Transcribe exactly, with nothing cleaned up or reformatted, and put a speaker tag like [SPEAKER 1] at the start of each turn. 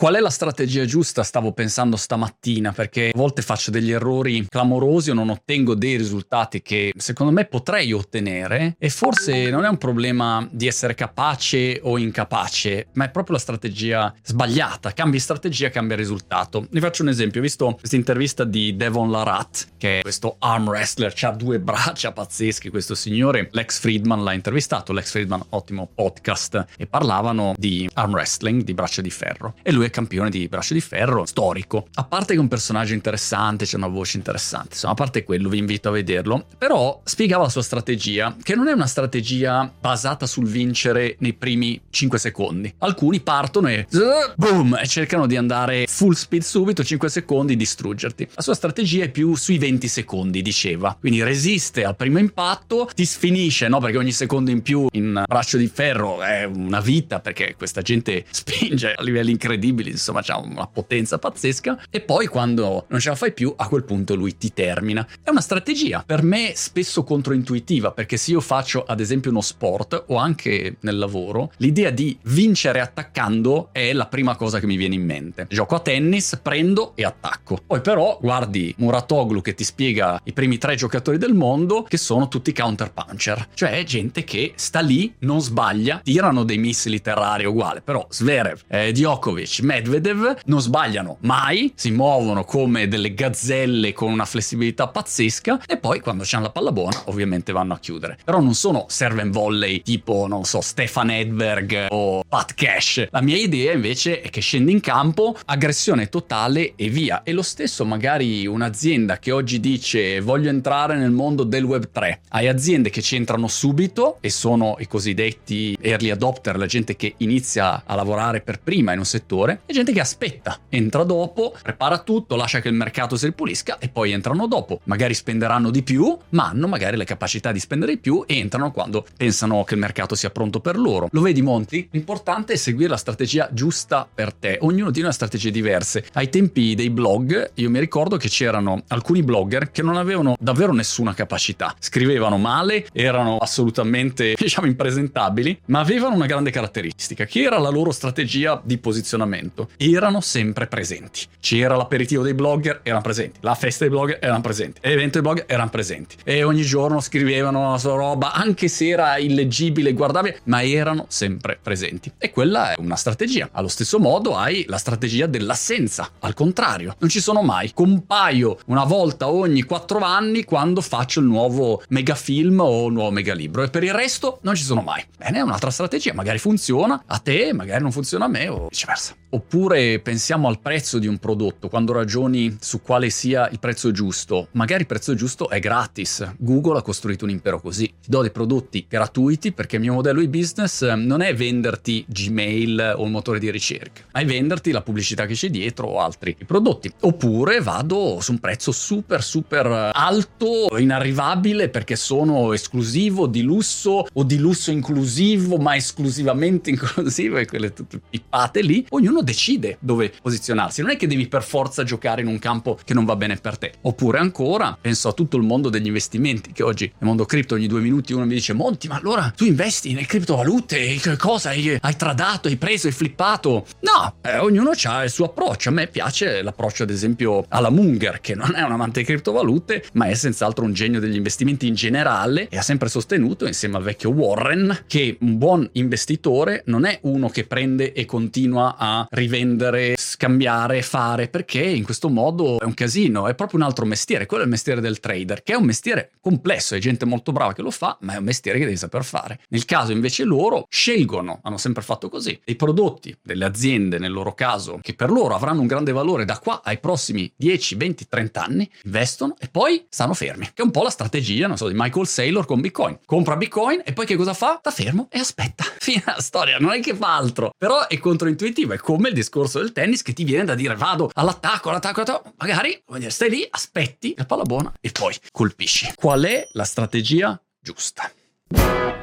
[SPEAKER 1] qual è la strategia giusta? Stavo pensando stamattina, perché a volte faccio degli errori clamorosi o non ottengo dei risultati che secondo me potrei ottenere, e forse non è un problema di essere capace o incapace, ma è proprio la strategia sbagliata. Cambi strategia, cambia risultato. Vi faccio un esempio. Ho visto questa intervista di Devon Larratt, che è questo arm wrestler, ha due braccia pazzeschi questo signore. Lex Friedman l'ha intervistato, Lex Friedman ottimo podcast, e parlavano di arm wrestling, di braccia di ferro, e lui è campione di braccia di ferro storico. A parte che è un personaggio interessante, c'è una voce interessante, insomma, a parte quello vi invito a vederlo, però spiegava la sua strategia, che non è una strategia basata sul vincere nei primi cinque secondi. Alcuni partono e boom, e cercano di andare full speed subito, cinque secondi, distruggerti. La sua strategia è più sui venti secondi, diceva, quindi resiste al primo impatto, ti sfinisce, no? Perché ogni secondo in più in braccio di ferro è una vita, perché questa gente spinge a livelli incredibili, insomma c'ha una potenza pazzesca, e poi quando non ce la fai più, a quel punto lui ti termina. È una strategia per me spesso controintuitiva, perché se io faccio ad esempio uno sport o anche nel lavoro, l'idea di vincere attaccando è la prima cosa che mi viene in mente. Gioco a tennis, prendo e attacco. Poi però guardi Muratoglu che ti spiega i primi tre giocatori del mondo, che sono tutti counter puncher, cioè gente che sta lì, non sbaglia, tirano dei missili terrari uguale, però Zverev, eh, Djokovic, Medvedev non sbagliano mai, si muovono come delle gazzelle con una flessibilità pazzesca, e poi quando c'hanno la palla buona ovviamente vanno a chiudere. Però non sono serve and volley tipo, non so, Stefan Edberg o Pat Cash. La mia idea invece è che scendi in campo, aggressione totale e via. E lo stesso magari un'azienda che oggi dice voglio entrare nel mondo del web tre. Hai aziende che ci entrano subito e sono i cosiddetti early adopter, la gente che inizia a lavorare per prima in un settore, e gente che aspetta, entra dopo, prepara tutto, lascia che il mercato si ripulisca e poi entrano dopo. Magari spenderanno di più, ma hanno magari le capacità di spendere di più e entrano quando pensano che il mercato sia pronto per loro. Lo vedi, Monti? L'importante è seguire la strategia giusta per te. Ognuno tiene una strategia diverse. Ai tempi dei blog, io mi ricordo che c'erano alcuni blogger che non avevano davvero nessuna capacità. Scrivevano male, erano assolutamente, diciamo, impresentabili, ma avevano una grande caratteristica, che era la loro strategia di posizionamento. Erano sempre presenti. C'era l'aperitivo dei blogger, erano presenti. La festa dei blogger, erano presenti. L'evento dei blogger, erano presenti. E ogni giorno scrivevano la sua roba, anche se era illeggibile e guardabile, ma erano sempre presenti. E quella è una strategia. Allo stesso modo hai la strategia dell'assenza. Al contrario, non ci sono mai. Compaio una volta ogni quattro anni quando faccio il nuovo megafilm o il nuovo megalibro, e per il resto non ci sono mai. Bene, è un'altra strategia. Magari funziona a te, magari non funziona a me o viceversa. Oppure pensiamo al prezzo di un prodotto, quando ragioni su quale sia il prezzo giusto. Magari il prezzo giusto è gratis. Google ha costruito un impero così. Ti do dei prodotti gratuiti perché il mio modello di business non è venderti Gmail o il motore di ricerca, ma è venderti la pubblicità che c'è dietro o altri prodotti. Oppure vado su un prezzo super super alto, inarrivabile, perché sono esclusivo, di lusso o di lusso inclusivo, ma esclusivamente inclusivo, e quelle tutte pippate lì. Ognuno decide dove posizionarsi. Non è che devi per forza giocare in un campo che non va bene per te. Oppure ancora, penso a tutto il mondo degli investimenti, che oggi nel mondo cripto ogni due minuti uno mi dice: Monti, ma allora tu investi nelle criptovalute? Che cosa? Hai, hai tradato, hai preso, hai flippato? No, eh, ognuno ha il suo approccio. A me piace l'approccio ad esempio alla Munger, che non è un amante di criptovalute, ma è senz'altro un genio degli investimenti in generale, e ha sempre sostenuto, insieme al vecchio Warren, che un buon investitore non è uno che prende e continua a rivendere, scambiare, fare, perché in questo modo è un casino, è proprio un altro mestiere. Quello è il mestiere del trader, che è un mestiere complesso, è gente molto brava che lo fa, ma è un mestiere che devi saper fare. Nel caso invece loro scelgono, hanno sempre fatto così, dei prodotti, delle aziende nel loro caso, che per loro avranno un grande valore da qua ai prossimi dieci, venti, trenta anni, investono e poi stanno fermi, che è un po' la strategia, non so, di Michael Saylor con Bitcoin. Compra Bitcoin e poi che cosa fa? Sta fermo e aspetta. Fine la storia, non è che fa altro. Però è controintuitivo, è come il discorso del tennis che ti viene da dire vado all'attacco, all'attacco, all'attacco. Magari stai lì, aspetti la palla buona e poi colpisci. Qual è la strategia giusta?